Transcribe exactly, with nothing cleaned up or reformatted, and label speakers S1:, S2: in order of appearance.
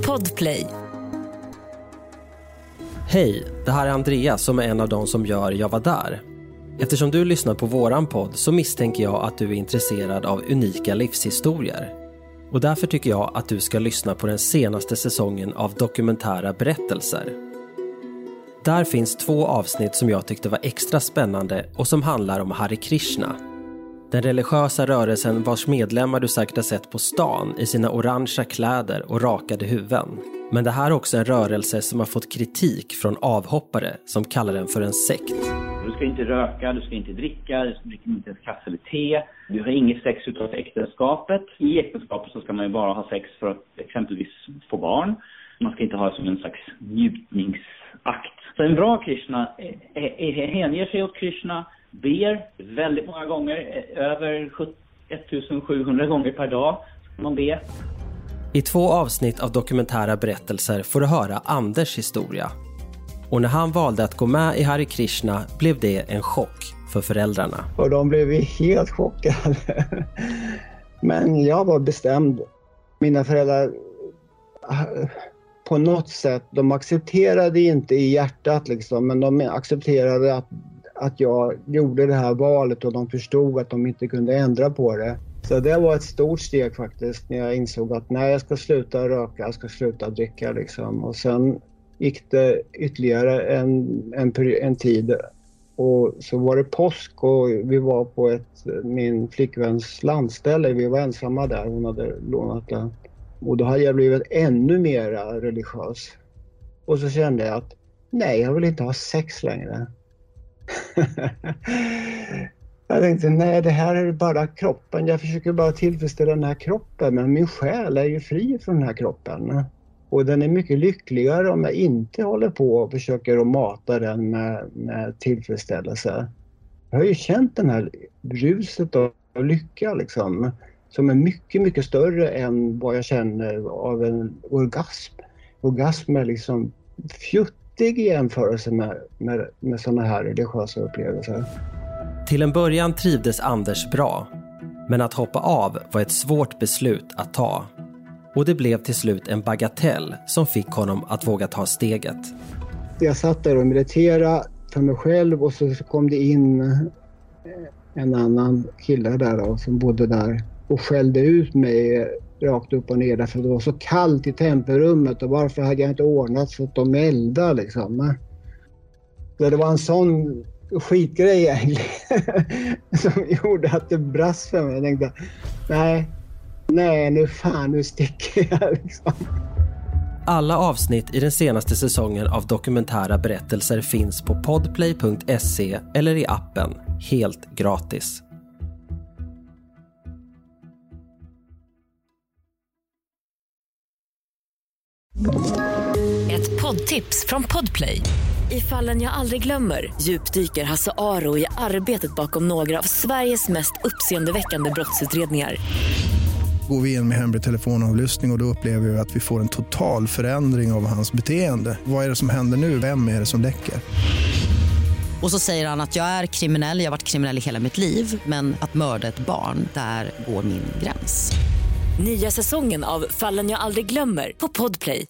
S1: Podplay.
S2: Hej, det här är Andreas som är en av de som gör Jag var där. Eftersom du lyssnar på våran podd så misstänker jag att du är intresserad av unika livshistorier. Och därför tycker jag att du ska lyssna på den senaste säsongen av dokumentära berättelser. Där finns två avsnitt som jag tyckte var extra spännande och som handlar om Hare Krishna. Den religiösa rörelsen vars medlemmar du säkert har sett på stan i sina orangea kläder och rakade huvuden. Men det här är också en rörelse som har fått kritik från avhoppare som kallar den för en sekt.
S3: Du ska inte röka, du ska inte dricka, du ska inte ens kaffe eller te. Du har inget sex utanför äktenskapet. I äktenskapet så ska man ju bara ha sex för att exempelvis få barn. Man ska inte ha det som en slags njutningsakt. Så en bra Krishna hänger sig åt Krishna, ber väldigt många gånger, över sjuttonhundra gånger per dag ska man be.
S2: I två avsnitt av dokumentära berättelser får du höra Anders historia. Och när han valde att gå med i Hare Krishna blev det en chock för föräldrarna.
S4: Och de blev helt chockade. Men jag var bestämd. Mina föräldrar på något sätt, de accepterade inte i hjärtat liksom, men de accepterade att, att jag gjorde det här valet och de förstod att de inte kunde ändra på det. Så det var ett stort steg faktiskt när jag insåg att nej, jag ska sluta röka, jag ska sluta dricka liksom. Och sen gick det ytterligare en, en, en tid och så var det påsk och vi var på ett, min flickväns landställe, vi var ensamma där, hon hade lånat den. Och då hade jag blivit ännu mer religiös. Och så kände jag att nej, jag vill inte ha sex längre. Jag tänkte, nej, det här är bara kroppen. Jag försöker bara tillfredsställa den här kroppen. Men min själ är ju fri från den här kroppen. Och den är mycket lyckligare om jag inte håller på och försöker att mata den med, med tillfredsställelse. Jag har ju känt den här bruset av lycka liksom. Som är mycket, mycket större än vad jag känner av en orgasm. Orgasm är liksom fjuttig i jämförelse med, med, med sådana här religiösa upplevelser.
S2: Till en början trivdes Anders bra, men att hoppa av var ett svårt beslut att ta. Och det blev till slut en bagatell som fick honom att våga ta steget.
S4: Jag satt där och mediterade för mig själv och så kom det in en annan kille där då, som bodde där och skällde ut mig rakt upp och ner därför det var så kallt i tempelrummet och varför hade jag inte ordnat så att de eldade liksom. Så det var en sån skitgrej egentligen som gjorde att det brast för mig. Jag tänkte, nej, nej nu fan, nu sticker jag liksom.
S2: Alla avsnitt i den senaste säsongen av dokumentära berättelser finns på podplay punkt se eller i appen, helt gratis.
S1: Ett poddtips från Podplay. I Fallen jag aldrig glömmer djupdyker Hasse Aro i arbetet bakom några av Sveriges mest uppseendeväckande brottsutredningar.
S5: Går vi in med hemlig telefonavlyssning och, och då upplever vi att vi får en total förändring av hans beteende. Vad är det som händer nu? Vem är det som läcker?
S6: Och så säger han att jag är kriminell, jag har varit kriminell i hela mitt liv. Men att mörda ett barn, där går min gräns.
S1: Nya säsongen av Fallen jag aldrig glömmer på Podplay.